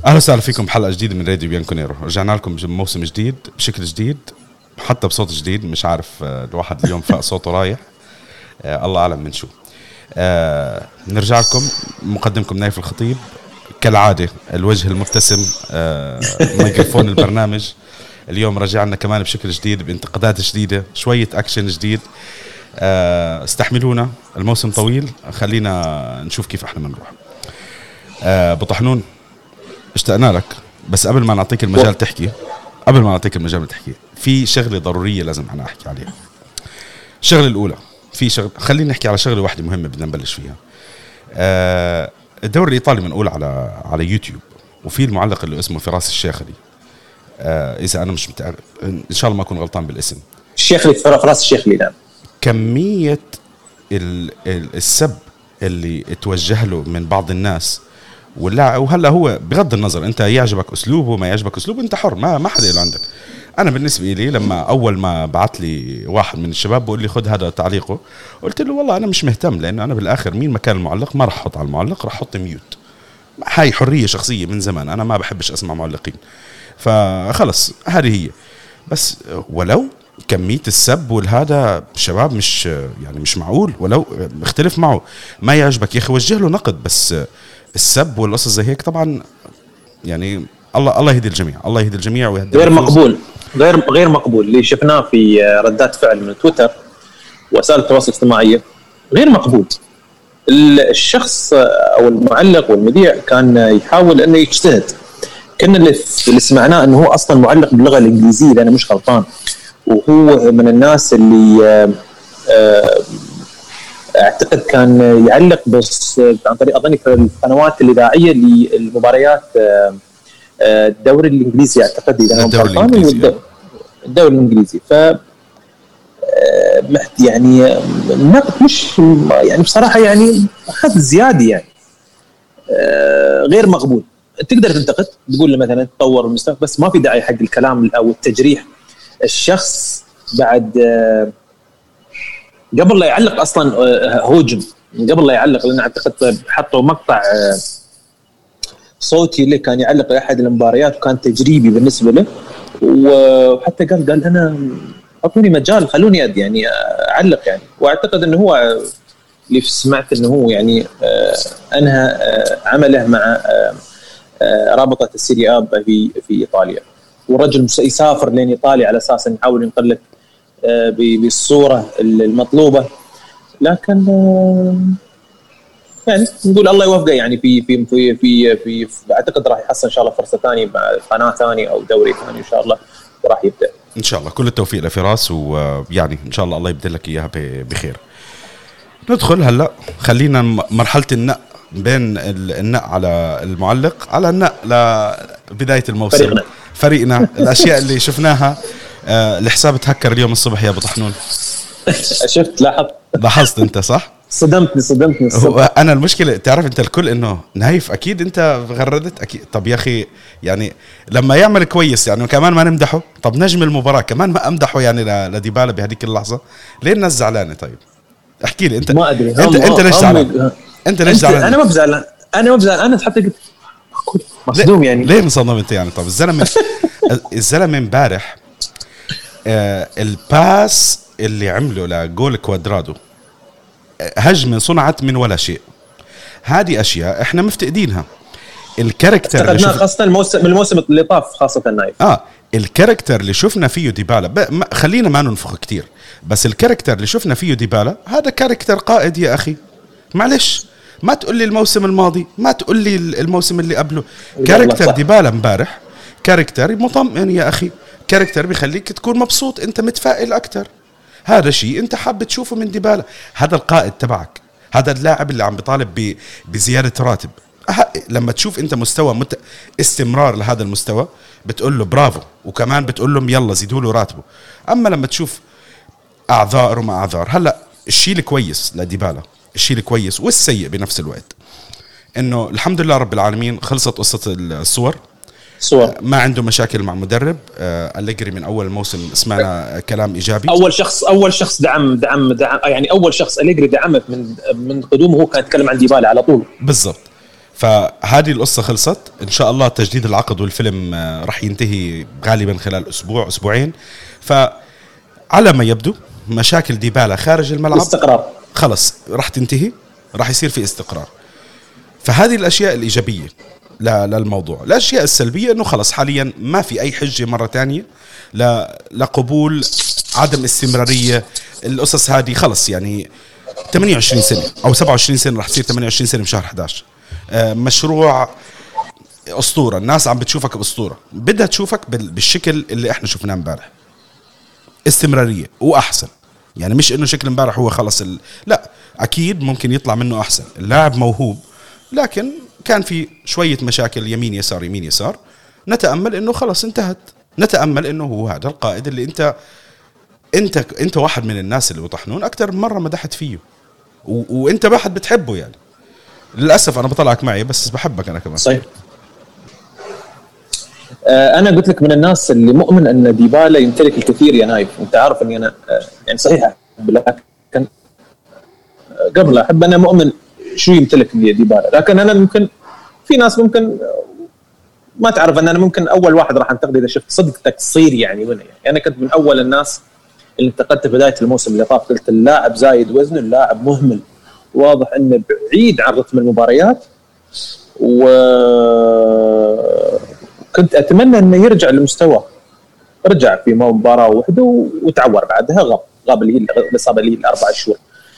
اهلا وسهلا فيكم بحلقه جديده من راديو بيانكونيرو. رجعنا لكم بموسم جديد بشكل جديد حتى بصوت جديد. مش عارف الواحد اليوم فاق صوته رايح، الله اعلم من شو. نرجع لكم مقدمكم نايف الخطيب كالعاده، الوجه المبتسم، ميكروفون البرنامج. اليوم رجعنا كمان بشكل جديد بانتقادات جديده، شويه اكشن جديد. استحملونا، الموسم طويل، خلينا نشوف كيف احنا بنروح. بطحنون اشتقنا لك، بس قبل ما نعطيك المجال تحكي، في شغله ضروريه لازم انا احكي عليها. الشغله الاولى، في شغله، خلينا نحكي على شغله واحده مهمه بدنا نبلش فيها. الدوري الايطالي بنقول على يوتيوب، وفي المعلق اللي اسمه فراس الشيخلي. اذا انا مش متأكد، ان شاء الله ما اكون غلطان بالاسم، الشيخلي، فراس الشيخلي. نعم. كميه السب اللي توجه له من بعض الناس، وهلا هو بغض النظر انت يعجبك اسلوبه ما يعجبك اسلوبه، انت حر، ما حدا له عندك. انا بالنسبه لي لما اول ما بعت لي واحد من الشباب بقول لي خذ هذا تعليقه، قلت له والله انا مش مهتم، لان انا بالاخر مين مكان المعلق ما راح احط على المعلق، راح احط ميوت. هاي حريه شخصيه من زمان، انا ما بحبش اسمع معلقين، فخلص هذه هي. بس ولو كميه السب والهذا شباب مش يعني مش معقول، ولو مختلف معه ما يعجبك يا اخي وجه له نقد، بس السب والقصص زي هيك طبعا يعني الله يهدي الجميع، الله يهدي الجميع ويهدي. غير مقبول، غير مقبول اللي شفناه في ردات فعل من تويتر وسائل التواصل الاجتماعي، غير مقبول. الشخص او المعلق والمذيع كان يحاول انه يجتهد، كنا اللي سمعناه انه هو اصلا معلق باللغه الانجليزيه، لانه مش غلطان، وهو من الناس اللي اعتقد كان يعلق بس عن طريق اظني في القنوات الاذاعيه للمباريات الدوري الانجليزي، اعتقد اذا انا غلطان، الدوري الانجليزي. ف يعني النقد مش يعني بصراحه يعني اخذ زياده، يعني غير مقبول. تقدر تنتقد، تقول له مثلا تطور المستوى، بس ما في داعي حق الكلام او التجريح الشخص بعد قبل لا يعلق اصلا هوجم، قبل لا يعلق، لان اعتقد حطوا مقطع صوتي اللي كان يعلق احد المباريات وكان تجريبي بالنسبه له، وحتى قال انا اعطوني مجال، خلوني يعني اعلق يعني. واعتقد انه هو اللي سمعت انه هو يعني انهى عمله مع رابطه السيريا في ايطاليا، والرجل يسافر لين ايطاليا على اساس انه يحاول ينقلك بالصوره المطلوبه، لكن يعني نقول الله يوفقه يعني في في في في, في, في اعتقد راح يحصل ان شاء الله فرصه ثانيه مع قناه ثانيه او دوري ثاني ان شاء الله، وراح يبدا ان شاء الله. كل التوفيق لفراس، ويعني ان شاء الله الله يبدل لك اياها بخير. ندخل هلا، خلينا مرحله النق، بين النق على المعلق على النق لبدايه الموسم. فريقنا الاشياء اللي شفناها. الحساب تهكر اليوم الصبح يا ابو طحنون. شفت، لاحظت انت صح؟ صدمتني انا المشكله تعرف انت الكل انه نايف، اكيد انت غردت اكيد. طب يا اخي يعني لما يعمل كويس يعني كمان ما نمدحه؟ طب نجم المباراه كمان ما امدحه يعني لديبالا بهذيك اللحظه؟ ليه الناس زعلانه؟ طيب احكي لي انت، ما ادري انت ليش زعلان؟ انت ليش زعلان؟ انا ما بزعلان، انا حتى مصدوم يعني. ليه انصدم انت يعني؟ طب الزلمه امبارح الباس اللي عمله لجول كوادرادو، هجمه صنعت من ولا شيء. هذه اشياء احنا مفتقدينها. الكاركتر اللي خاصه الموسم اللي طاف، خاصه النايف الكاركتر اللي شفنا فيه ديبالا، خلينا ما ننفخ كتير، بس الكاركتر اللي شفنا فيه ديبالا هذا كاركتر قائد يا اخي. معلش، ما تقول لي الموسم الماضي، ما تقول لي الموسم اللي قبله. كاركتر ديبالا امبارح كاركتر مطمئن يا اخي، كاركتر بيخليك تكون مبسوط، انت متفائل اكتر. هذا شيء انت حاب تشوفه من ديبالا. هذا القائد تبعك، هذا اللاعب اللي عم بيطالب بزيادة راتب. لما تشوف انت مستوى استمرار لهذا المستوى بتقول له برافو، وكمان بتقول لهم يلا زيدوا له راتبه. اما لما تشوف اعذار وما اعذار، هلا الشيء الكويس لديبالا، الشيء الكويس والسيء بنفس الوقت، انه الحمد لله رب العالمين خلصت قصة الصور، ما عنده مشاكل مع مدرب. أليجري من أول موسم سمعنا كلام إيجابي. أول شخص دعم يعني أول شخص أليجري دعمه من قدومه هو كان يتكلم عن ديبالا على طول. بالضبط. فهذه القصة خلصت إن شاء الله. تجديد العقد والفيلم رح ينتهي غالبا خلال أسبوع أسبوعين. فعلى ما يبدو مشاكل ديبالا خارج الملعب استقرار خلص رح تنتهي، رح يصير في استقرار. فهذه الأشياء الإيجابية للموضوع. الأشياء السلبية إنه خلص حاليا ما في أي حجة مرة تانية لقبول عدم استمرارية القصص هذه. خلص يعني 28 سنة أو 27 سنة رح تصير 28 سنة بشهر 11. مشروع أسطورة، الناس عم بتشوفك بأسطورة، بدها تشوفك بالشكل اللي احنا شفناه امبارح. استمرارية وأحسن، يعني مش إنه شكل امبارح هو خلص لا، أكيد ممكن يطلع منه أحسن. اللاعب موهوب، لكن كان في شوية مشاكل يمين يسار يمين يسار. نتأمل إنه خلص انتهت، نتأمل إنه هو هذا القائد اللي انت واحد من الناس اللي وطحنون أكتر مرة مدحت فيه، وانت واحد بتحبه. يعني للأسف أنا بطلعك معي بس بحبك أنا كمان. صحيح. أنا قلت لك من الناس اللي مؤمن أن ديبالا يمتلك الكثير يا نايف. أنت عارف أني أنا يعني صحيح، لكن قبل أحب أنا مؤمن شو يمتلك ديبالا. لكن أنا ممكن في ناس ممكن ما تعرف أن أنا ممكن أول واحد راح أنتقد إذا شفت صدق تقصير يعني منه. يعني أنا كنت من أول الناس اللي انتقدت في بداية الموسم اللي طاف، قلت اللاعب زايد وزنه، اللاعب مهمل، واضح أنه بعيد عن رتم المباريات، وكنت أتمنى أنه يرجع لمستوى. رجع في مباراة واحدة وتعور بعدها، غاب اللي هي الإصابة اللي هي ال4 شهور.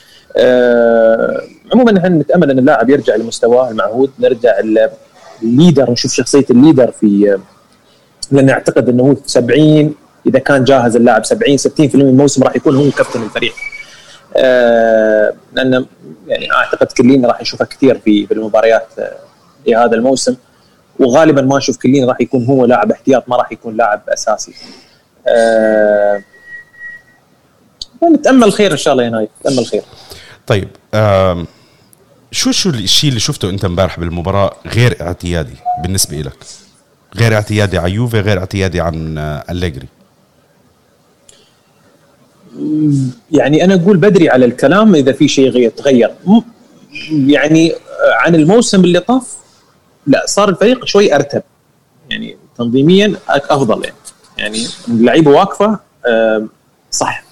عموما نحن نتأمل أن اللاعب يرجع لمستواه المعهود، نرجع الليدر، نشوف شخصية الليدر في، لأن أعتقد أنه هو 70 إذا كان جاهز اللاعب 70-60% من الموسم راح يكون هو كابتن الفريق. لأن يعني أعتقد كلين راح نشوفه كثير في المباريات في هذا الموسم، وغالبا ما نشوف كلين راح يكون هو لاعب احتياط، ما راح يكون لاعب أساسي. نتأمل خير إن شاء الله يا نايف، نتأمل خير. طيب شو الشيء اللي شفته أنت امبارح بالمباراة غير اعتيادي بالنسبة لك؟ غير اعتيادي عن يوفي، غير اعتيادي عن أليجري. يعني أنا أقول بدري على الكلام إذا في شيء تغير. يعني عن الموسم اللي طاف لا، صار الفريق شوي أرتب، يعني تنظيميا أفضل. يعني اللعيبة واقفة صح.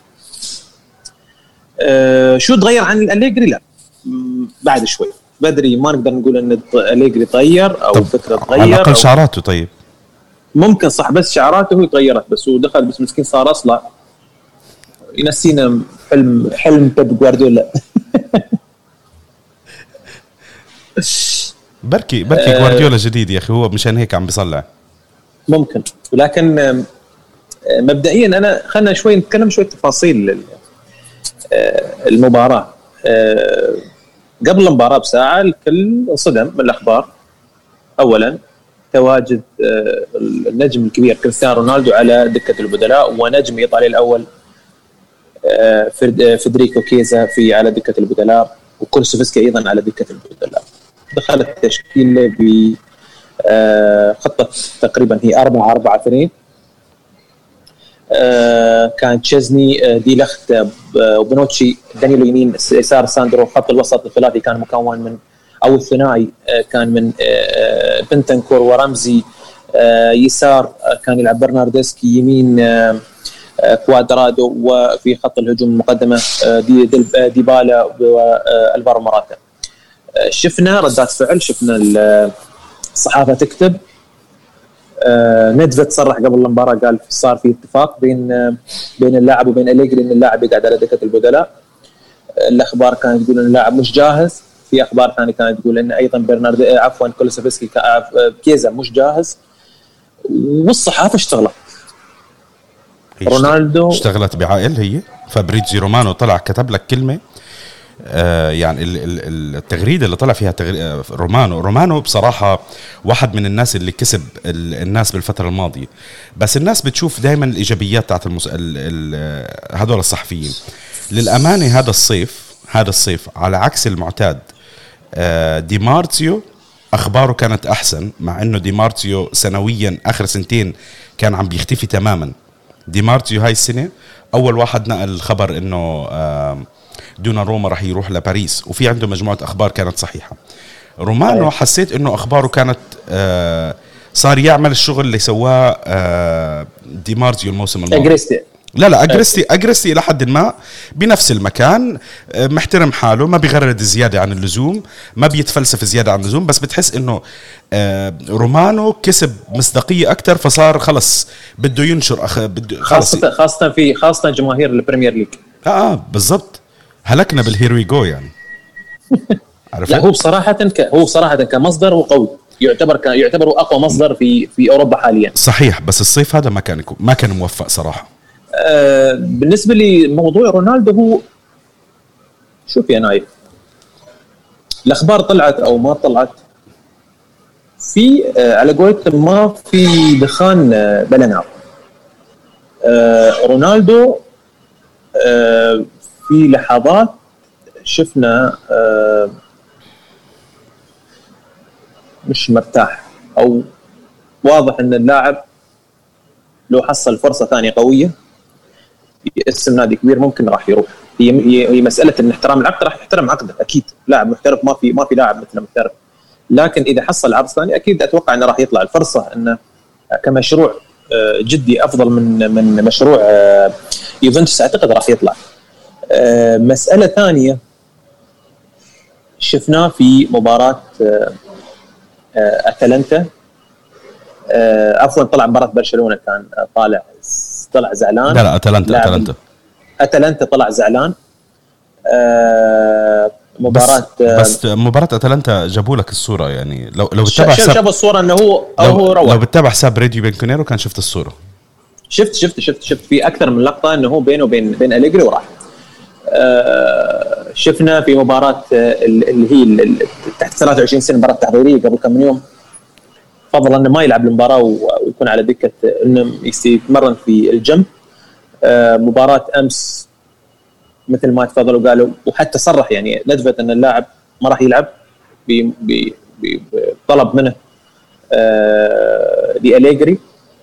شو تغير عن أليجري؟ لا، بعد شوي بدري، ما نقدر نقول أن أليجري تغير أو فكرة تغير. على الأقل شعراته طيب ممكن صح، بس شعراته تغيرت بس، ودخل بس مسكين صار أصلا ينسينا حلم بيب جوارديولا. بركي جوارديولا جديد يا أخي، هو مشان هيك عم بيصلع ممكن. ولكن مبدئيا أنا خلنا شوي نتكلم شوي تفاصيل المباراة. قبل المباراة بساعة الكل صدم من الأخبار. أولا تواجد النجم الكبير كريستيانو رونالدو على دكة البدلاء، ونجم إيطاليا الأول فيدريكو كيزا على دكة البدلاء، وكولوسوفسكي أيضا على دكة البدلاء. دخلت التشكيل بخطة تقريبا هي 4-4-2. كان تشيزني، دي لخت، وبنوتشي، دانيلو يمين، يسار ساندرو. خط الوسط الثلاثي كان مكون من، أو الثنائي كان من بنتنكور ورمزي. يسار كان يلعب برناردسكي، يمين كوادرادو، وفي خط الهجوم المقدمة ديبالا والفارو موراتا. شفنا ردات فعل، شفنا الصحافة تكتب. ندفت صرح قبل المباراة قال صار في اتفاق بين اللاعب وبين أليجري ان اللاعب يقعد على دكة البدلاء. الأخبار كانت تقول ان اللاعب مش جاهز، في أخبار ثانية كانت تقول ان أيضا كولوسوفسكي كيزا مش جاهز. والصحافة اشتغلت، رونالدو اشتغلت بعائل. هي فابريزيو رومانو طلع كتب لك كلمة، يعني التغريدة اللي طلع فيها رومانو بصراحة واحد من الناس اللي كسب الناس بالفترة الماضية. بس الناس بتشوف دايما الإيجابيات تاعت هذول الصحفيين. للأمانة هذا الصيف على عكس المعتاد، دي مارتيو أخباره كانت أحسن، مع أنه دي مارتيو سنويا آخر سنتين كان عم بيختفي تماما. دي مارتيو هاي السنة أول واحد نقل الخبر أنه دونا روما راح يروح لباريس، وفي عنده مجموعة أخبار كانت صحيحة. رومانو حسيت انه اخباره كانت صار يعمل الشغل اللي سواه دي مارزيو الموسم الماضي. لا أجريستي إلى حد ما بنفس المكان، محترم حاله، ما بيغرد زيادة عن اللزوم، ما بيتفلسف زيادة عن اللزوم، بس بتحس إنه رومانو كسب مصداقية أكتر، فصار خلص بده ينشر خاصة جماهير البريمير ليج. بالضبط، هلكنا بالهيرويغو يعني. لا هو بصراحة كمصدر هو قوي، يعتبر أقوى مصدر في أوروبا حاليا. صحيح، بس الصيف هذا ما كان موفق صراحة. بالنسبة لي موضوع رونالدو، هو شوف يا نايف، الأخبار طلعت أو ما طلعت، في على قولتهم ما في دخان بلا نار. رونالدو في لحظات شفنا مش مرتاح، أو واضح أن اللاعب لو حصل فرصة ثانية قوية اسم نادي كبير ممكن راح يروح. هي مسألة ان احترام العقد، راح يحترم عقده اكيد، لاعب محترف، ما في لاعب مثل محترف، لكن اذا حصل عرض ثاني اكيد اتوقع انه راح يطلع. الفرصة انه كمشروع جدي افضل من مشروع يوفنتوس، اعتقد راح يطلع. مسألة ثانية شفناه في مباراة اتلانتا، عفوا طلع مباراة برشلونة، كان طلع زعلان. لا أتلانتا طلع زعلان. مباراة بس مباراة أتلانتا جابوا لك الصورة يعني، لو بتتابع شاف الصورة انه هو روح. لو بتتابع حساب راديو بنكونيرو كان شفت الصورة. شفت في اكثر من لقطة انه هو بينه وبين أليجري وراح. شفنا في مباراة اللي هي تحت 23 سنة، مباراة تحضيرية قبل كم يوم، فضل انه ما يلعب المباراة ويكون على دكة، انه يتمرن في الجيم. مباراة امس مثل ما تفضلوا وقالوا، وحتى صرح يعني ندفت ان اللاعب ما راح يلعب بطلب منه لأليجري.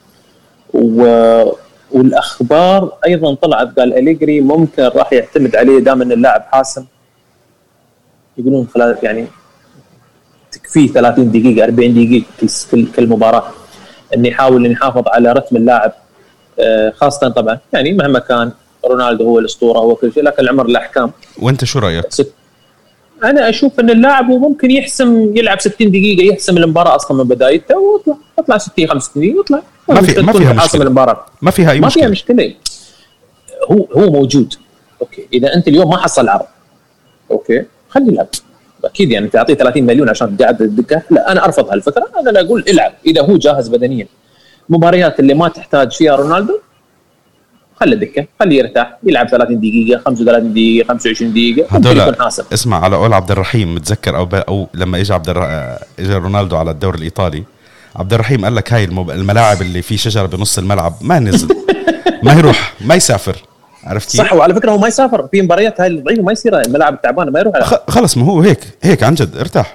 والاخبار ايضا طلعت قال أليجري ممكن راح يعتمد عليه دام ان اللاعب حاسم، يقولون خلال يعني تكفيه 30 دقيقة 40 دقيقة كل مباراة، أن يحاول أن يحافظ على رتم اللاعب. خاصة طبعا يعني مهما كان رونالدو هو الأسطورة هو كل شيء، لكن العمر الأحكام. وأنت شو رأيك؟ أنا أشوف أن اللاعب ممكن يلعب 60 دقيقة، يحسم المباراة أصلا من بدايتها، ويطلع 60 65 دقيقة ويطلع. ما فيها مشكلة. ما فيها مشكلة. هو موجود. أوكي، إذا أنت اليوم ما حصل عرض، أوكي خلي يلعب. اكيد يعني تعطيه 30 مليون عشان تقعد الدكه؟ لا، انا ارفض هالفكره. انا لا اقول العب اذا هو جاهز بدنيا. مباريات اللي ما تحتاج فيها رونالدو خلي الدكه، خليه يرتاح، يلعب 30 دقيقه 35 دقيقه 25 دقيقه يكون حاسم. اسمع، على قول عبد الرحيم، متذكر او لما اجى اجى رونالدو على الدوري الايطالي، عبد الرحيم قال لك هاي الملاعب اللي في شجره بنص الملعب ما نزل ما يروح، ما يسافر. عرفتي؟ صح. وعلى فكره هو ما يسافر في مباريات هاي الضعيفه، ما يصير الملاعب التعبانه ما يروح على خلص. ما هو هيك عن جد ارتاح.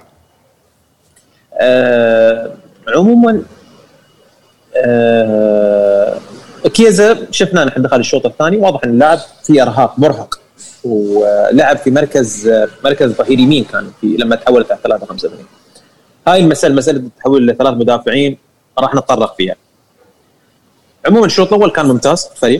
عموما كيزا شفنا نحن دخل الشوط الثاني، واضح ان اللاعب في ارهاق، مرهق، ولعب في مركز ظهير يمين كان لما تحولت على 3-5. هاي مساله التحول لثلاث مدافعين راح نتطرق فيها. عموما الشوط الاول كان ممتاز الفريق.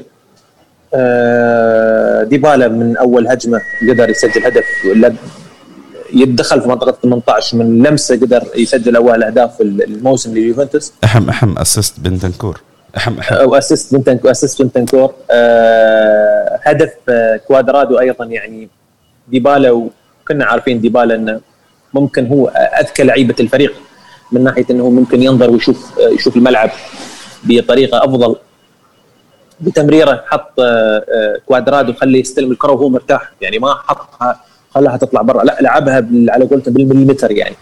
ديبالا من اول هجمه قدر يسجل هدف، يدخل في منطقه 18 من لمسه، قدر يسجل اول اهداف الموسم ليوفنتوس. احم اسيست بنتنكور، او اسيست بنتنكور. هدف كوادرادو ايضا. يعني ديبالا، وكنا عارفين ديبالا انه ممكن هو اذكى لعيبه الفريق من ناحيه انه ممكن ينظر ويشوف الملعب بطريقه افضل. بتمريره حط كوادرادو خليه يستلم الكره وهو مرتاح، يعني ما حطها خلاها تطلع برا، لا لعبها على قولته بالمليمتر يعني.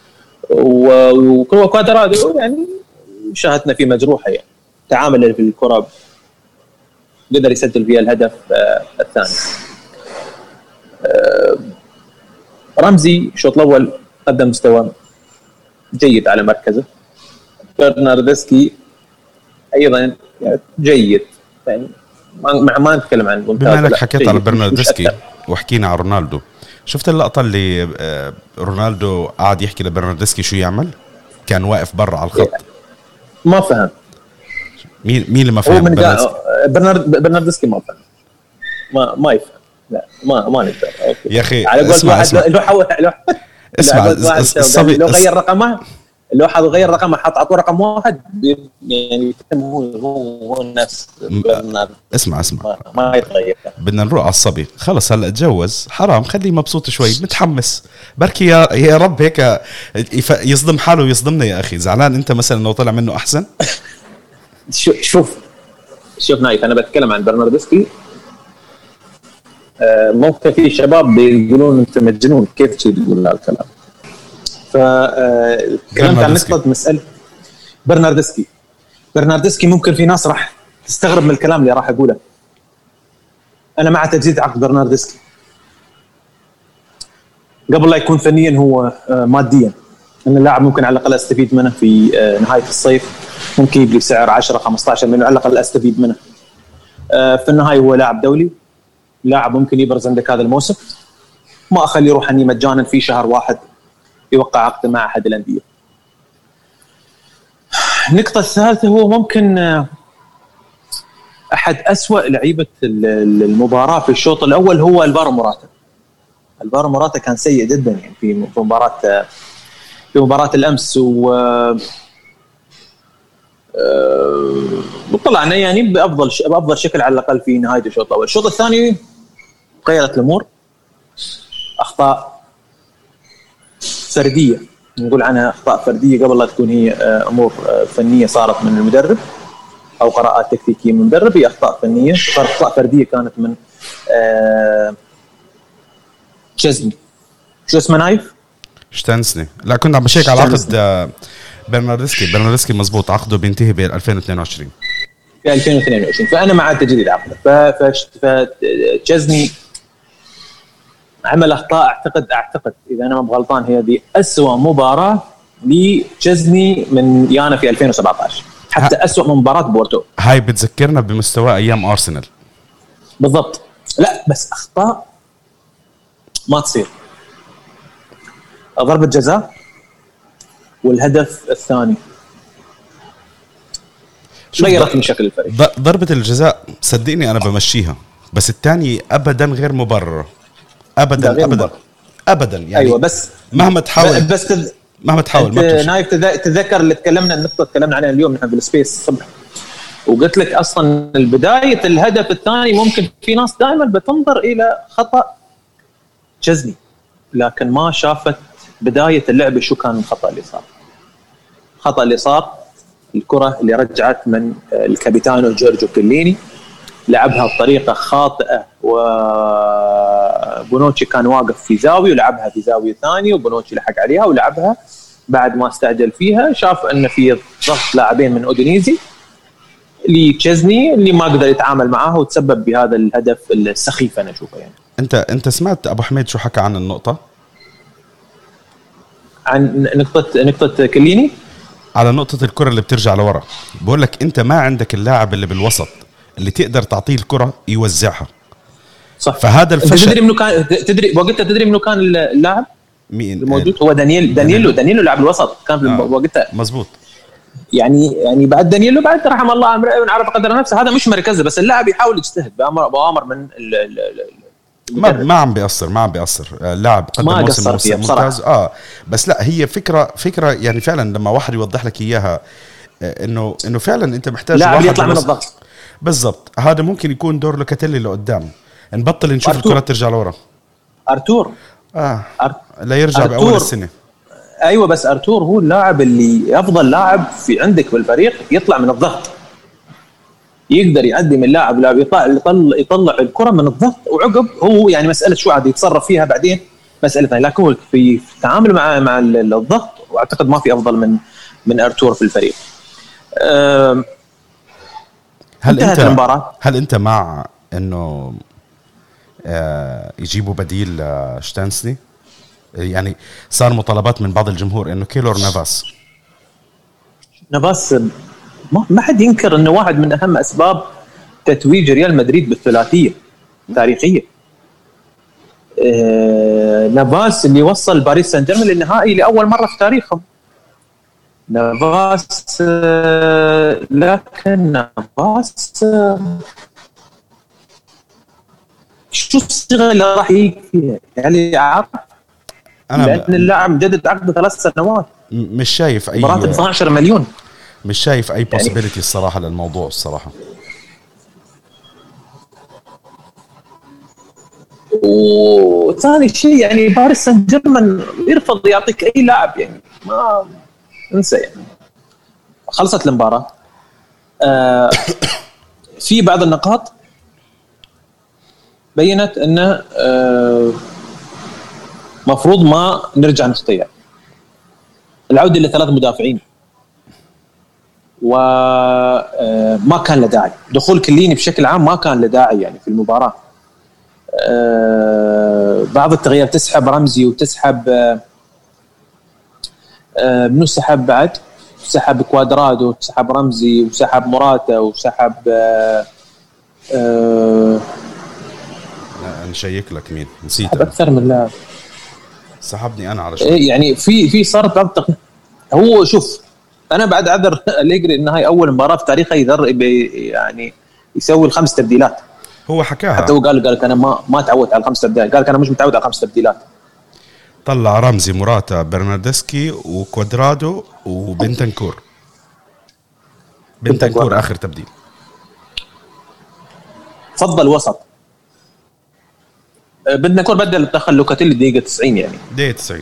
وكوادرادو يعني شاهدنا فيه مجروحه، يعني تعامل في الكره قدر يسجل فيها الهدف الثاني. رمزي الشوط الاول قدم مستوى جيد على مركزه. برناردسكي ايضا جيد، يعني ما نتكلم عن ممتاز. بما انك حكيت على برناردسكي وحكينا على رونالدو، شفت اللقطة اللي رونالدو قاعد يحكي لبرناردسكي شو يعمل؟ كان واقف برا على الخط. ما فهم. مين اللي ما فهم؟ هو من برناردسكي ما فهم. ما يفهم. لا ما نقدر. اوكي يا اخي على قول واحد لو حول اسمع الصبي لو غير رقمه، لو حد غير رقمه حط عطوه رقم واحد يعني هو نفس اسمع ما يتغير. بدنا نروح على الصبي خلص هلا اتجوز حرام خليه مبسوط شوي متحمس بركي يا رب هيك يصدم حاله ويصدمنا يا اخي. زعلان انت مثلا لو طلع منه احسن؟ شوف نايف انا بتكلم عن برناردسكي. ممكن في شباب بيقولون انت مجنون كيف تقول هالكلام. فكلمت عن نقطة مسألة برناردسكي ممكن في ناس راح تستغرب من الكلام اللي راح أقوله. أنا مع تجديد عقد برناردسكي قبل لا يكون فنيا هو ماديا. أن اللاعب ممكن على الأقل أستفيد منه في نهاية الصيف، ممكن يجي سعر 10-15 مليون على الأقل أستفيد منه. في النهاية هو لاعب دولي، لاعب ممكن يبرز عندك هذا الموسم، ما أخلي يروح أني مجانا في شهر واحد يوقع عقد مع أحد الأندية. النقطة الثالثة هو ممكن أحد أسوأ لعيبة المباراة في الشوط الأول هو الفارو موراتا كان سيء جدا يعني في مباراة الأمس وطلعنا يعني بأفضل شكل على الأقل في نهاية الشوط الأول. الشوط الثاني غيرت الأمور، أخطاء فردية نقول عنها أخطاء فردية قبل لا تكون هي أمور فنية صارت من المدرب أو قراءات تكتيكية من المدرب. هي أخطاء فنية، أخطاء فردية كانت من تشيزني شو اسمه نايف شتانسني. لا كنت عم بشيك على عقد برناردسكي مزبوط عقده بينتهي ب 2022 في 2022. فأنا مع تجديد عقده. فتشيزني عمل أخطاء أعتقد إذا أنا ما غلطان هي دي أسوأ مباراة لتشيزني من يانا في 2017 حتى أسوأ من مباراة بورتو. هاي بتذكرنا بمستوى أيام أرسنال بالضبط. لا بس أخطاء ما تصير. ضربة جزاء والهدف الثاني غيرت من شكل الفريق. ضربة الجزاء صدقني أنا بمشيها، بس الثاني أبدا غير مبرر أبدا يعني. أيوة بس مهما تحاول مهما تحاول نايف تذكر اللي تكلمنا عنها اليوم نحن بالسبيس الصبح، وقلت لك أصلا البداية الهدف الثاني ممكن في ناس دائما بتنظر إلى خطأ تشيزني لكن ما شافت بداية اللعبة شو كان الخطأ اللي صار. الكرة اللي رجعت من الكابيتانو جورجو كليني لعبها بطريقة خاطئة وبونوتشي كان واقف في زاوية ولعبها في زاوية ثانية وبونوتشي لحق عليها ولعبها بعد ما استعجل فيها. شاف أن في ضغط لاعبين من أودينيزي لتشيزني اللي ما قدر يتعامل معها وتسبب بهذا الهدف السخيف. أنا أشوفه يعني. أنت سمعت أبو حميد شو حكى عن النقطة؟ عن نقطة كليني على نقطة الكرة اللي بترجع لورا. بقول لك أنت ما عندك اللاعب اللي بالوسط اللي تقدر تعطيه الكرة يوزعها. صح. فهذا الفشل. تدري منو كان اللاعب مين الموجود؟ هو دانييلو لاعب الوسط كان في وقتها. مزبوط. يعني بعد دانييلو بعد رحم الله عرف قدر نفسه. هذا مش مركزه بس اللاعب يحاول يجتهد بأمر من ما عم بيأثر اللاعب قدم موسم ممتاز. بس لا هي فكرة يعني فعلا لما واحد يوضح لك إياها إنه فعلا أنت محتاج لاعب يطلع من الضغط. بالضبط. هذا ممكن يكون دور لوكاتيلي لقدام، نبطل نشوف الكرة ترجع لورا. أرتور لا يرجع بأول السنة. أيوة بس أرتور هو اللاعب اللي أفضل لاعب في عندك بالفريق يطلع من الضغط، يقدر يقدم اللاعب يطلع الكرة من الضغط وعقب هو يعني مسألة شو عاد يتصرف فيها بعدين مسألة ثانية. لكن في التعامل مع الضغط وأعتقد ما في أفضل من أرتور في الفريق. هل أنت مع إنه يجيبوا بديل شتانسني؟ يعني صار مطالبات من بعض الجمهور إنه كيلور نافاس ما حد ينكر إنه واحد من أهم أسباب تتويج ريال مدريد بالثلاثية تاريخية. نافاس اللي وصل باريس سان جيرمان للنهائي لأول مرة في تاريخهم. نافاس لكن نافاس شو الصيغة اللي راح يجي فيها يعني عارف، لأن اللاعب مجدد عقده 3 سنوات. مش شايف أي مراتب 12 مليون، مش شايف أي possibility الصراحة للموضوع الصراحة. وثاني شيء يعني باريس سان جيرمان يرفض يعطيك أي لاعب، يعني ما انسى يعني. خلصت المباراة في بعض النقاط بينت أنه مفروض ما نرجع نخطئ. العودة ل3 مدافعين وما كان له داعي. دخول كليني بشكل عام ما كان له داعي يعني في المباراة. بعض التغيير تسحب رمزي وتسحب منو سحب بعد، سحب كوادرادو وسحب رمزي وسحب موراتا وسحب نشيك لك مين نسيت أكثر من لاعب سحبني أنا على شيء. يعني في صار بعض هو شوف أنا بعد عذر أليجري إن هاي أول مباراة في تاريخه يعني يسوي ال5 تبديلات. هو حكاها حتى هو قال أنا ما تعودت على ال5 تبديلات، قال أنا مش متعود على 5 تبديلات. طلع رمزي موراتا برناردسكي وكوادرادو وبنتنكور. بنتنكور آخر تبديل. فضل وسط. بنتنكور بدل دخل لوكاتيلي دقيقة 90 يعني. دقيقة 90.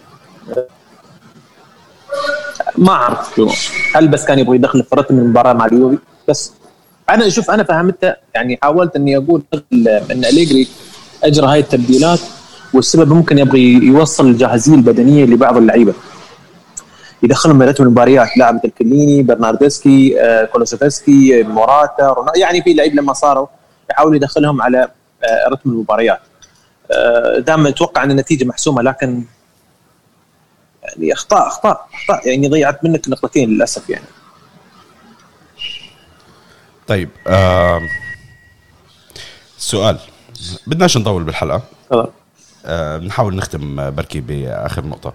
ما أعرف شو هل بس كان يبغى يدخل فرط من المباراة مع اليوفي. بس أنا شوف أنا فهمتها يعني، حاولت إني أقول إن أليجري أجرى هاي التبديلات والسبب ممكن يبغي يوصل الجاهزية البدنية لبعض اللعيبة، يدخلهم من رتم المباريات. لاعب مثل كليني، برناردسكي، كولوسوفسكي، موراتا، يعني في لعيب لما صاروا يحاول يدخلهم على رتم المباريات. دائما اتوقع ان النتيجه محسومه، لكن يعني اخطاء يعني ضيعت منك نقطتين للاسف يعني. طيب سؤال، بدناش نطول بالحلقه. نحاول نختم بركي باخر نقطه.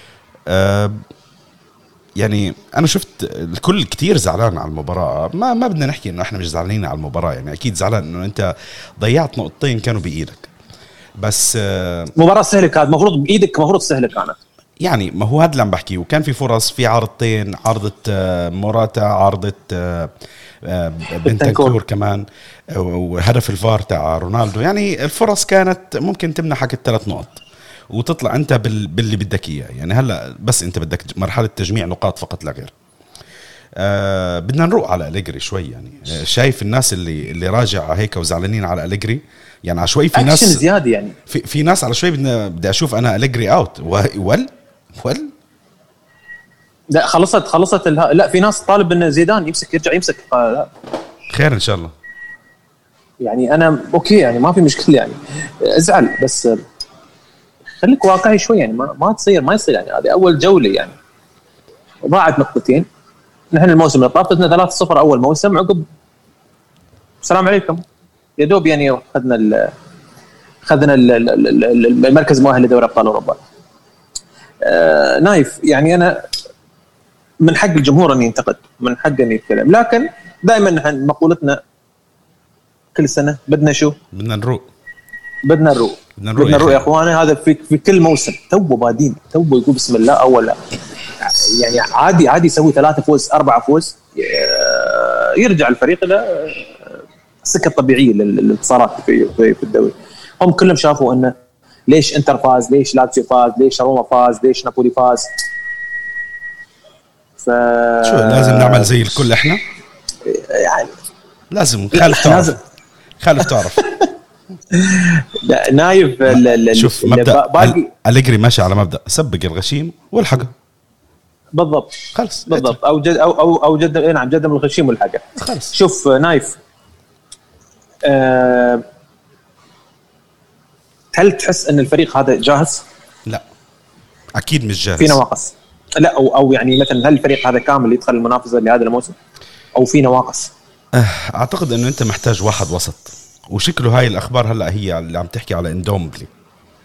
يعني انا شفت الكل كتير زعلان على المباراه. ما بدنا نحكي انه احنا مش زعلانين على المباراه، يعني اكيد زعلان انه انت ضيعت نقطتين كانوا بايدك. بس مباراه سهله كانت، مفروض بايدك، مفروض سهله كانت يعني. ما هو هذا اللي عم بحكي. وكان في فرص، في عارضتين، عارضه موراتا، عارضه بنتنكور كمان، وهدف الفار تاع رونالدو. يعني الفرص كانت ممكن تمنحك ال3 نقط وتطلع انت باللي بدك اياه. يعني هلا بس انت بدك مرحله تجميع نقاط فقط لا غير. بدنا نروق على أليجري شوي. يعني شايف الناس اللي راجع هيك وزعلانين على أليجري، يعني على شوي في ناس زياده يعني في ناس على شوي بدي اشوف انا أليجري اوت ول لا خلصت لا في ناس طالب ان زيدان يرجع يمسك. لا. خير ان شاء الله. يعني انا اوكي يعني ما في مشكله يعني، ازعل بس خليك واقعي شوي يعني. ما يصير يعني. هذه اول جوله يعني ضاعت نقطتين. نحن الموسم اللي طاف فزنا 3-0 اول موسم، عقب السلام عليكم يا دوب يعني خذنا المركز المؤهل لدوري ابطال اوروبا. نايف يعني انا من حق الجمهور ان ينتقد، من حقه ان يتكلم، لكن دائما نحن مقولتنا كل سنه بدنا شو؟ بدنا نروق يا اخواني. هذا في كل موسم تو بادين، تو يقول بسم الله اولا يعني عادي يسوي 3 فوز 4 فوز، يرجع الفريق الى السكه الطبيعيه للانتصارات في الدوري. هم كلهم شافوا انه ليش انتر فاز، ليش لاتسيو فاز، ليش روما فاز، ليش نابولي فاز. شو لازم نعمل زي الكل احنا يعني، لازم خالف تعرف نايف شوف مبدأ أليجري ماشي على مبدأ سبق الغشيم والحقه. بالضبط خلص بالضبط. او جد نعم جد من الغشيم والحقه. خلص. شوف نايف، هل تحس ان الفريق هذا جاهز؟ لا اكيد مش جاهز، في نواقص. لا او يعني مثلا هل الفريق هذا كامل يدخل المنافسه لهذا الموسم او في نواقص؟ اعتقد انه انت محتاج واحد وسط، وشكله هاي الاخبار هلا هي اللي عم تحكي على اندومبلي.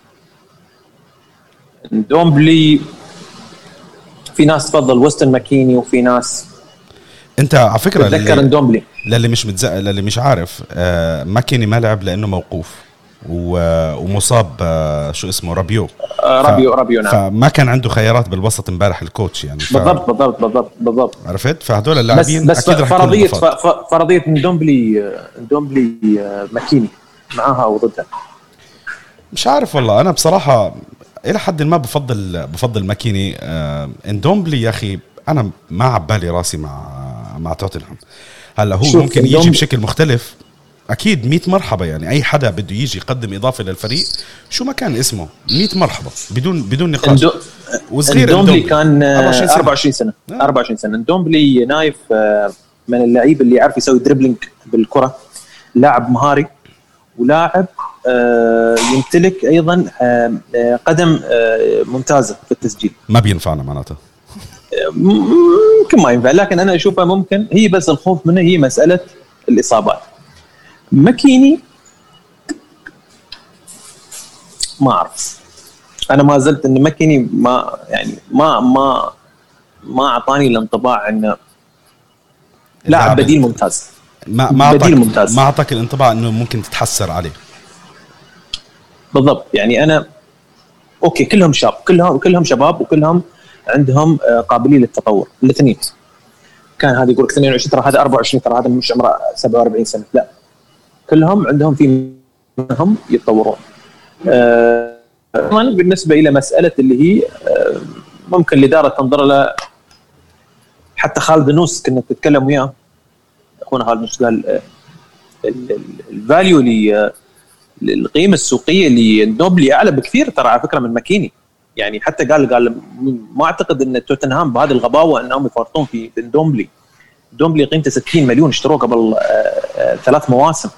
دومبلي في ناس تفضل ويستن ماكيني، وفي ناس انت على فكره تذكر دومبلي. للي مش عارف، ماكيني ما لعب لانه موقوف ومصاب، شو اسمه، رابيو. رابيو نعم. فما كان عنده خيارات بالوسط امبارح الكوتش يعني. بالضبط. عرفت؟ فهدول اللاعبين بس اكيد رح فرضيه من دومبلي ماكيني معاها وضدها. مش عارف والله، انا بصراحه الى حد ما بفضل ماكيني. اندومبلي يا اخي انا ما عبالي راسي مع توتنهام. هلا هو ممكن يجي بشكل مختلف، اكيد 100 مرحبا يعني. اي حدا بده يجي يقدم اضافه للفريق شو ما كان اسمه 100 مرحبا بدون نقاش. وصغير دومبلي كان 24 سنه 24 سنه. دومبلي نايف من اللعيب اللي يعرف يسوي دريبلينج بالكره، لاعب مهاري ولاعب يمتلك ايضا قدم ممتازه في التسجيل. ما بينفعنا معناته، ممكن ما ينفع، لكن انا اشوفها ممكن. هي بس الخوف منه هي مساله الاصابات. ماكيني ما اعرف، انا ما زلت ان ماكيني ما اعطاني الانطباع انه لاعب بديل ممتاز. ما اعطاك الانطباع انه ممكن تتحسر عليه بالضبط. يعني انا اوكي كلهم شاب، كلهم شباب، وكلهم عندهم قابليه للتطور. الاثنين كان هذا يقول لك 22 ترى هذا 24 ترى هذا مش عمره 47 سنه، لا كلهم عندهم في منهم يتطورون. بالنسبه الى مساله اللي هي ممكن الاداره تنظر لها. حتى خالد نوس كنا نتكلم وياه، اخونا خالد نوس قال الفاليو للقيمه السوقيه لدومبلي اعلى بكثير ترى على فكره من ماكيني. يعني حتى قال ما اعتقد ان توتنهام بهذه الغباوه انهم يفرطون في دومبلي قيمته 60 مليون، اشتروه قبل 3 مواسم.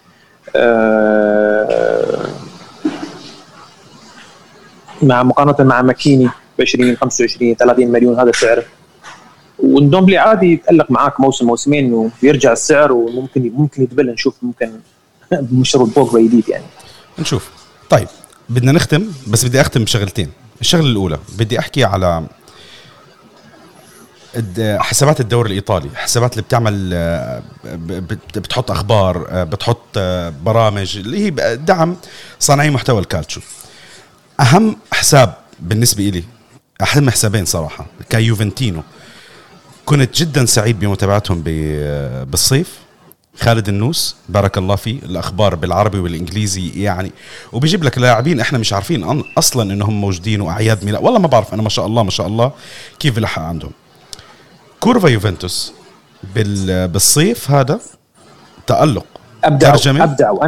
مع مقارنه مع ماكيني ب 20 25 30 مليون هذا سعره. وندومبلي عادي يتألق معاك موسمين ويرجع السعر، وممكن يدبل. نشوف ممكن مشروع بوجبا جديد يعني نشوف. طيب بدنا نختم، بس بدي أختم بشغلتين. الشغلة الأولى بدي أحكي على حسابات الدوري الإيطالي، حسابات اللي بتعمل بتحط أخبار، بتحط برامج اللي هي دعم صانعي محتوى الكالتشو. أهم حساب بالنسبة إلي، أهم حسابين صراحة كيوفنتينو، كنت جدا سعيد بمتابعتهم بالصيف. خالد النوس بارك الله فيه، الأخبار بالعربي والإنجليزي يعني، وبيجيب لك لاعبين إحنا مش عارفين أصلا إنهم موجودين، وأعياد ميلاد والله ما بعرف أنا، ما شاء الله كيف لحق عندهم. كورفا يوفنتوس بالصيف هذا تألق، أبدعوا.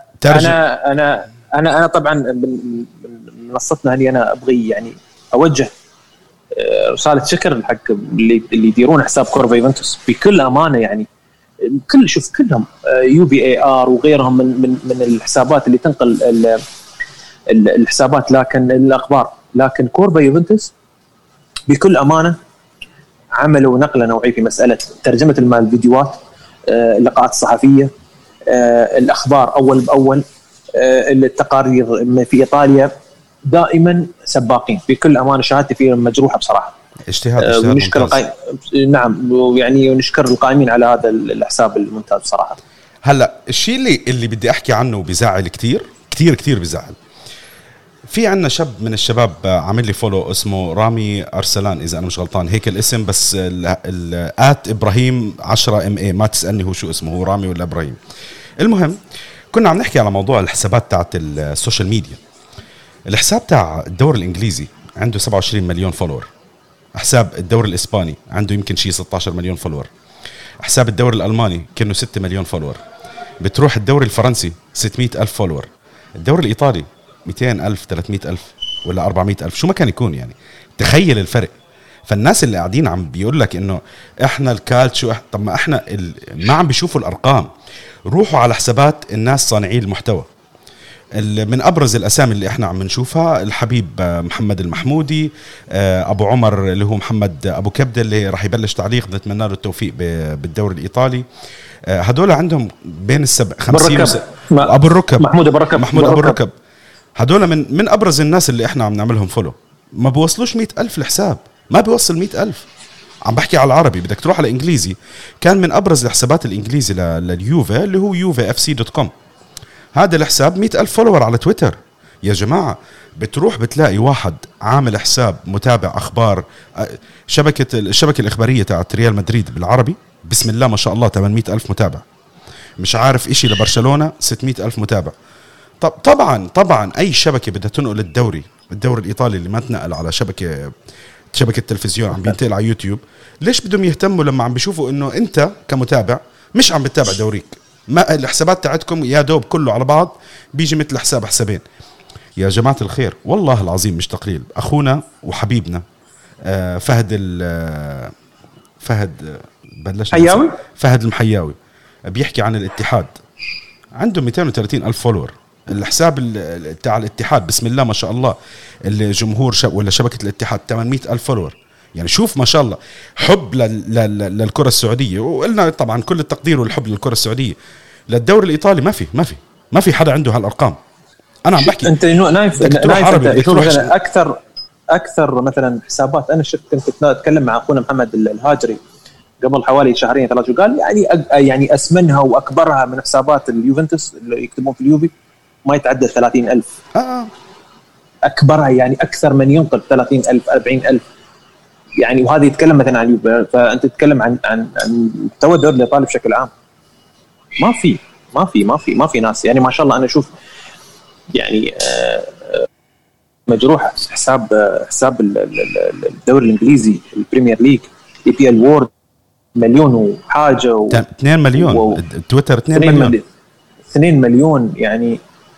أنا طبعا منصتنا هذه أنا أبغي يعني أوجه رسالة شكر حق اللي يديرون حساب كورفا يوفنتوس بكل أمانة. يعني كلهم UBAR وغيرهم من الحسابات اللي تنقل الحسابات لكن الأخبار، لكن كورفا يوفنتوس بكل أمانة عملوا نقلة نوعية في مسألة ترجمة المال، الفيديوهات، اللقاءات الصحفية، الأخبار أول بأول، التقارير في إيطاليا. دائما سباقين بكل أمانة، شهادتي فيهم مجروحة بصراحة. اجتهاد نشكر نعم، يعني ونشكر القائمين على هذا الحساب الممتاز بصراحة. هلا الشيء اللي بدي أحكي عنه بزعل كتير بزعل. في عنا شاب من الشباب عامل لي فولو اسمه رامي أرسلان إذا أنا مش غلطان هيك الاسم، بس آت إبراهيم 10MA، ما تسألني هو شو اسمه، هو رامي ولا إبراهيم. المهم كنا عم نحكي على موضوع الحسابات تاعت السوشيال ميديا. الحساب تاع الدوري الإنجليزي عنده 27 مليون فولور، حساب الدوري الإسباني عنده يمكن شيء 16 مليون فولور، حساب الدوري الألماني كأنه 6 مليون فولور، بتروح الدوري الفرنسي 600 ألف فولور، الدوري الإيطالي 200 ألف 300 ألف ولا 400 ألف، شو ما كان يكون يعني. تخيل الفرق. فالناس اللي قاعدين عم بيقول لك إنه إحنا الكالتشو، طب ما إحنا ما عم بيشوفوا الأرقام. روحوا على حسابات الناس صانعي المحتوى. من أبرز الأسامي اللي إحنا عم نشوفها الحبيب محمد المحمودي، أبو عمر اللي هو محمد أبو كبدة اللي راح يبلش تعليق، نتمنى له التوفيق بالدوري الإيطالي. هدول عندهم بين 50 أبو الركب، محمود أبو الركب. هدول من أبرز الناس اللي إحنا عم نعملهم فولو. ما بوصلوش 100,000 الحساب، ما بيوصل 100,000. عم بحكي على العربي. بدك تروح على الإنجليزي، كان من أبرز الحسابات الإنجليزي لليوفي اللي هو يوفي.fc.com. هذا الحساب 100,000 فولور على تويتر. يا بتروح بتلاقي واحد عامل حساب متابع أخبار الشبكة الإخبارية تاعت ريال مدريد بالعربي، بسم الله ما شاء الله 800,000 متابع. مش عارف إشي لبرشلونة 600,000 متابع. طبعا أي شبكة بدها تنقل الدوري الإيطالي اللي ما تنقل على شبكة تلفزيون، عم بينتقل على يوتيوب. ليش بدهم يهتموا لما عم بيشوفوا إنه أنت كمتابع مش عم بتتابع دوريك؟ ما الحسابات تاعتكم يا دوب كله على بعض بيجي مثل حسابين. يا جماعة الخير والله العظيم مش تقليل. أخونا وحبيبنا فهد المحياوي بيحكي عن الاتحاد، عنده 230,000 فولور. الحساب تاع الاتحاد بسم الله ما شاء الله، الجمهور ولا شبكة الاتحاد 800,000 فولور. يعني شوف ما شاء الله حب للكرة السعودية، وقلنا طبعا كل التقدير والحب للكرة السعودية. للدوري الإيطالي ما في حدا عنده هالأرقام. أنا عم بحكي أنت نايف مثلا أكثر مثلا حسابات. أنا كنت أتكلم مع أخونا محمد الهاجري قبل حوالي 2-3 وقال يعني أسمنها وأكبرها من حسابات اليوفنتوس اللي يكتبون في اليوفي ما يتعدى 30,000. أكبرها يعني أكثر من ينقل 30,000 40,000 يعني. وهذا يتكلم مثلا عن اليوفي، فأنت تتكلم عن مستوى الدوري الإيطالي بشكل عام. ما في ناس يعني ما شاء الله. أنا أشوف يعني مجروح حساب الدوري الإنجليزي البريمير ليج EPL وورد 1,000,000 وحاجة 2 مليون تويتر 2 مليون يعني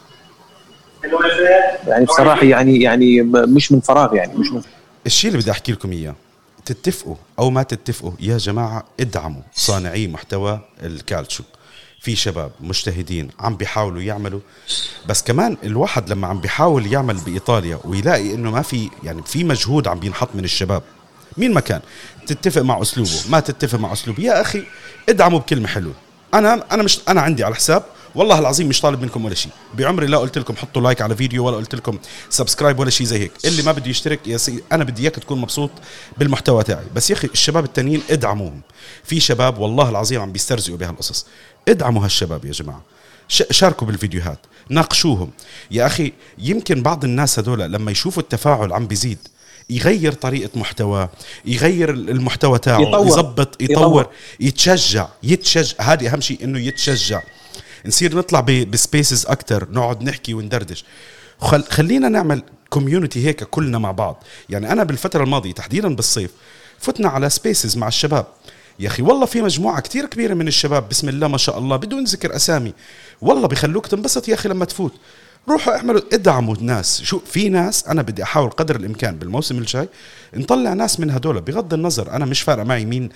بصراحة يعني مش من فراغ يعني مش من. الشيء اللي بدي أحكي لكم إياه، تتفقوا أو ما تتفقوا يا جماعة، ادعموا صانعي محتوى الكالتشو. في شباب مجتهدين عم بيحاولوا يعملوا، بس كمان الواحد لما عم بيحاول يعمل بإيطاليا ويلاقي إنه ما في يعني في مجهود عم بينحط من الشباب مين ما كان، تتفق مع أسلوبه ما تتفق مع أسلوبه، يا أخي ادعموا بكلمة حلوة. أنا عندي على حساب والله العظيم مش طالب منكم ولا شيء، بعمري لا قلت لكم حطوا لايك على فيديو ولا قلت لكم سبسكرايب ولا شيء زي هيك. اللي ما بده يشترك يا سيدي أنا بدي إياك تكون مبسوط بالمحتوى تاعي. بس يا أخي الشباب التانيين ادعموهم. في شباب والله العظيم عم بيسترزقوا بهالقصص، ادعموا هالشباب يا جماعة. شاركوا بالفيديوهات، ناقشوهم يا أخي. يمكن بعض الناس هذول لما يشوفوا التفاعل عم بيزيد يغير طريقة محتوى، يغير المحتوى تاعه، يضبط، يطور، يتشجع. هذه أهم شيء، إنه يتشجع. نصير نطلع بسبيسز أكتر، نقعد نحكي وندردش. خلينا نعمل كوميونيتي هيك كلنا مع بعض. يعني أنا بالفترة الماضية تحديدا بالصيف فتنا على سبيسز مع الشباب. يا أخي والله في مجموعة كتير كبيرة من الشباب بسم الله ما شاء الله بدون ذكر أسامي، والله بيخلوك تنبسط يا أخي لما تفوت. روحوا اعملوا، ادعموا الناس. شو في ناس أنا بدي أحاول قدر الإمكان بالموسم الجاي نطلع ناس من هدول، بغض النظر أنا مش فارقة معي مين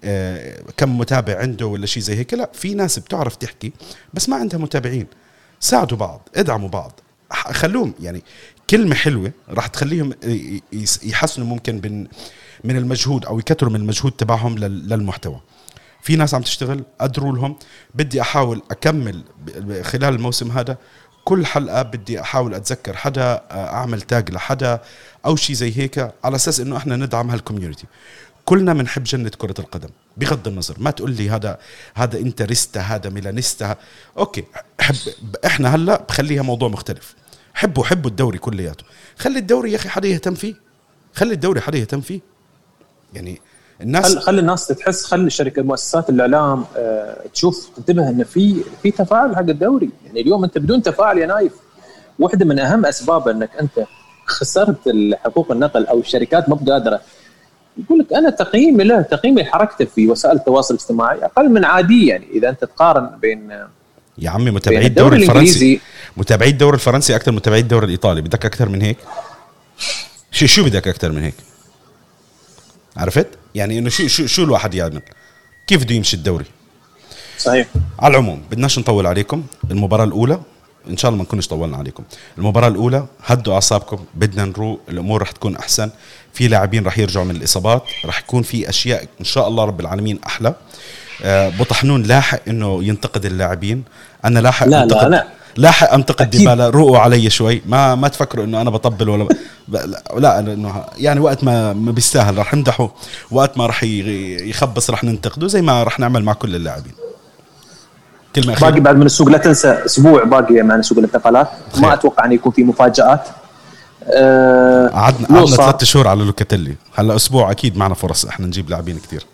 كم متابع عنده ولا شيء زي هيك. لا، في ناس بتعرف تحكي بس ما عندها متابعين. ساعدوا بعض، ادعموا بعض، خلوهم يعني كلمة حلوة راح تخليهم يحسنوا ممكن من المجهود أو يكتروا من المجهود تبعهم للمحتوى. في ناس عم تشتغل، أدروا لهم. بدي أحاول أكمل خلال الموسم هذا كل حلقة بدي أحاول أتذكر حدا، أعمل تاج لحدا أو شيء زي هيك، على أساس إنه إحنا ندعم هالكوميونيتي. كلنا منحب جنة كرة القدم بغض النظر. ما تقول لي هذا انترستا، هذا ميلانيستا. أوكي، إحنا هلأ بخليها موضوع مختلف. حبوا الدوري كلياته. خلي الدوري يا أخي حدا يهتم فيه، خلي الدوري حدا يهتم فيه. يعني الناس خلي الناس تحس، خلي الشركة مؤسسات الإعلام تشوف، تنتبه إن في تفاعل حق الدوري. يعني اليوم أنت بدون تفاعل يا نايف، واحدة من أهم أسباب أنك أنت خسرت حقوق النقل أو الشركات ما بقادرة. يقول لك أنا تقييمي حركته في وسائل التواصل الاجتماعي أقل من عادي. يعني إذا أنت تقارن بين يا عمي متابعي الدوري الفرنسي، متابعي الدوري الفرنسي أكثر متابعي الدوري الإيطالي، بدك أكثر من هيك؟ شو بدك أكثر من هيك؟ عرفت؟ يعني إنه شو الواحد يعمل؟ كيف بده يمشي الدوري؟ صحيح. على العموم بدناش نطول عليكم. المباراة الأولى إن شاء الله ما نكونش طولنا عليكم. المباراة الأولى هدوا أعصابكم، بدنا نروق، الأمور رح تكون أحسن. في لاعبين رح يرجعوا من الإصابات، رح يكون في أشياء إن شاء الله رب العالمين أحلى. بطحنون لاحق إنه ينتقد اللاعبين. أنا لاحق لا لاحق انتقد ديبالا، روقوا علي شوي، ما تفكروا انه انا بطبل ولا لا انه يعني وقت ما بيستاهل رح نمدحه، وقت ما رح يخبص رح ننتقده، زي ما رح نعمل مع كل اللاعبين. كلمة أخيرة. باقي بعد من السوق، لا تنسى اسبوع باقي معنا سوق الانتقالات، ما اتوقع ان يكون في مفاجآت. قعدنا 3 شهور على لوكاتيلي، هلا اسبوع اكيد معنا فرص احنا نجيب لاعبين كتير.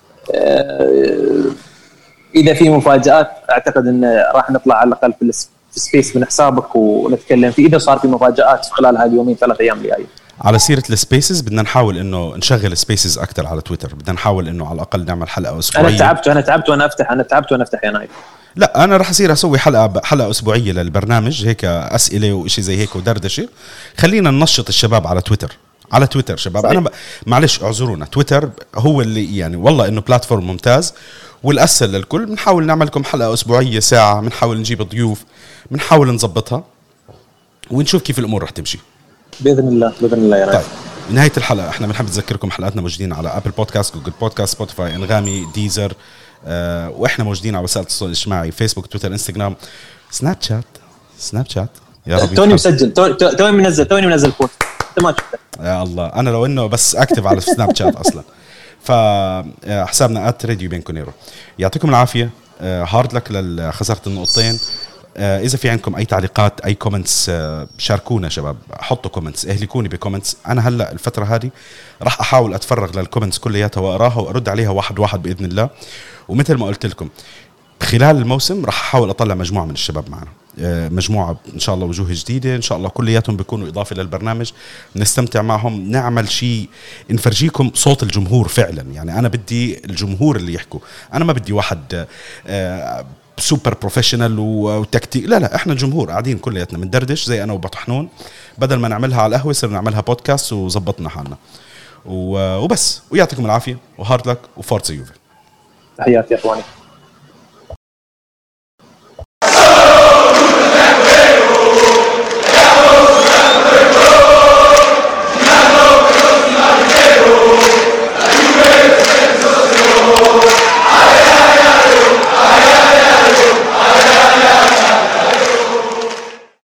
اذا في مفاجآت اعتقد ان راح نطلع على الاقل في السبيس من حسابك ونتكلم فيه اذا صار في مفاجآت خلال هذه اليومين 3 ايام اللي جايين. على سيرة السبيسز بدنا نحاول انه نشغل سبيسز اكثر على تويتر، بدنا نحاول انه على الاقل نعمل حلقة اسبوعية. انا تعبت وانا افتح يا نايف. لا انا رح اصير اسوي حلقة اسبوعية للبرنامج، هيك اسئلة وإشي زي هيك ودردشة. خلينا ننشط الشباب على تويتر شباب صحيح. انا معلش اعذرونا، تويتر هو اللي يعني والله انه بلاتفورم ممتاز والاسهل للكل. بنحاول نعمل لكم حلقة اسبوعية ساعة، بنحاول نجيب ضيوف، بنحاول نظبطها ونشوف كيف الامور رح تمشي باذن الله يا رب. طيب نهاية الحلقة احنا بنحب نذكركم حلقاتنا موجودين على ابل بودكاست، جوجل بودكاست، سبوتيفاي، انغامي، ديزر، واحنا موجودين على وسائل التواصل الاجتماعي، فيسبوك، تويتر، انستغرام، سناب شات. يا رب توني مسجل، توني منزل بوست انت ما شفته. يا الله انا لو انه بس اكتب على سناب شات اصلا. فحسابنا @راديو بينكونيرو. يعطيكم العافيه. هارد لك لخسارة النقطتين. إذا في عندكم أي تعليقات أي كومنتس شاركونا شباب، حطوا كومنتس، اهلكوني بكومنتس. أنا هلأ الفترة هذه راح أحاول أتفرغ للكومنتس كلياتها وأراها وأرد عليها واحد بإذن الله. ومثل ما قلت لكم خلال الموسم راح أحاول أطلع مجموعة من الشباب معنا، مجموعة إن شاء الله وجوه جديدة إن شاء الله، كلياتهم بيكونوا إضافة للبرنامج، نستمتع معهم، نعمل شيء نفرجيكم صوت الجمهور فعلا. يعني أنا بدي الجمهور اللي يحكوا، أنا ما بدي واحد سوبر بروفيشنال وتكتيك، لا احنا الجمهور قاعدين كلياتنا مندردش زي انا وبطحنون، بدل ما نعملها على القهوه صرنا نعملها بودكاست وزبطنا حالنا وبس. ويعطيكم العافيه وهارد لك وفورتزا يوفي. تحياتي يا اخواني.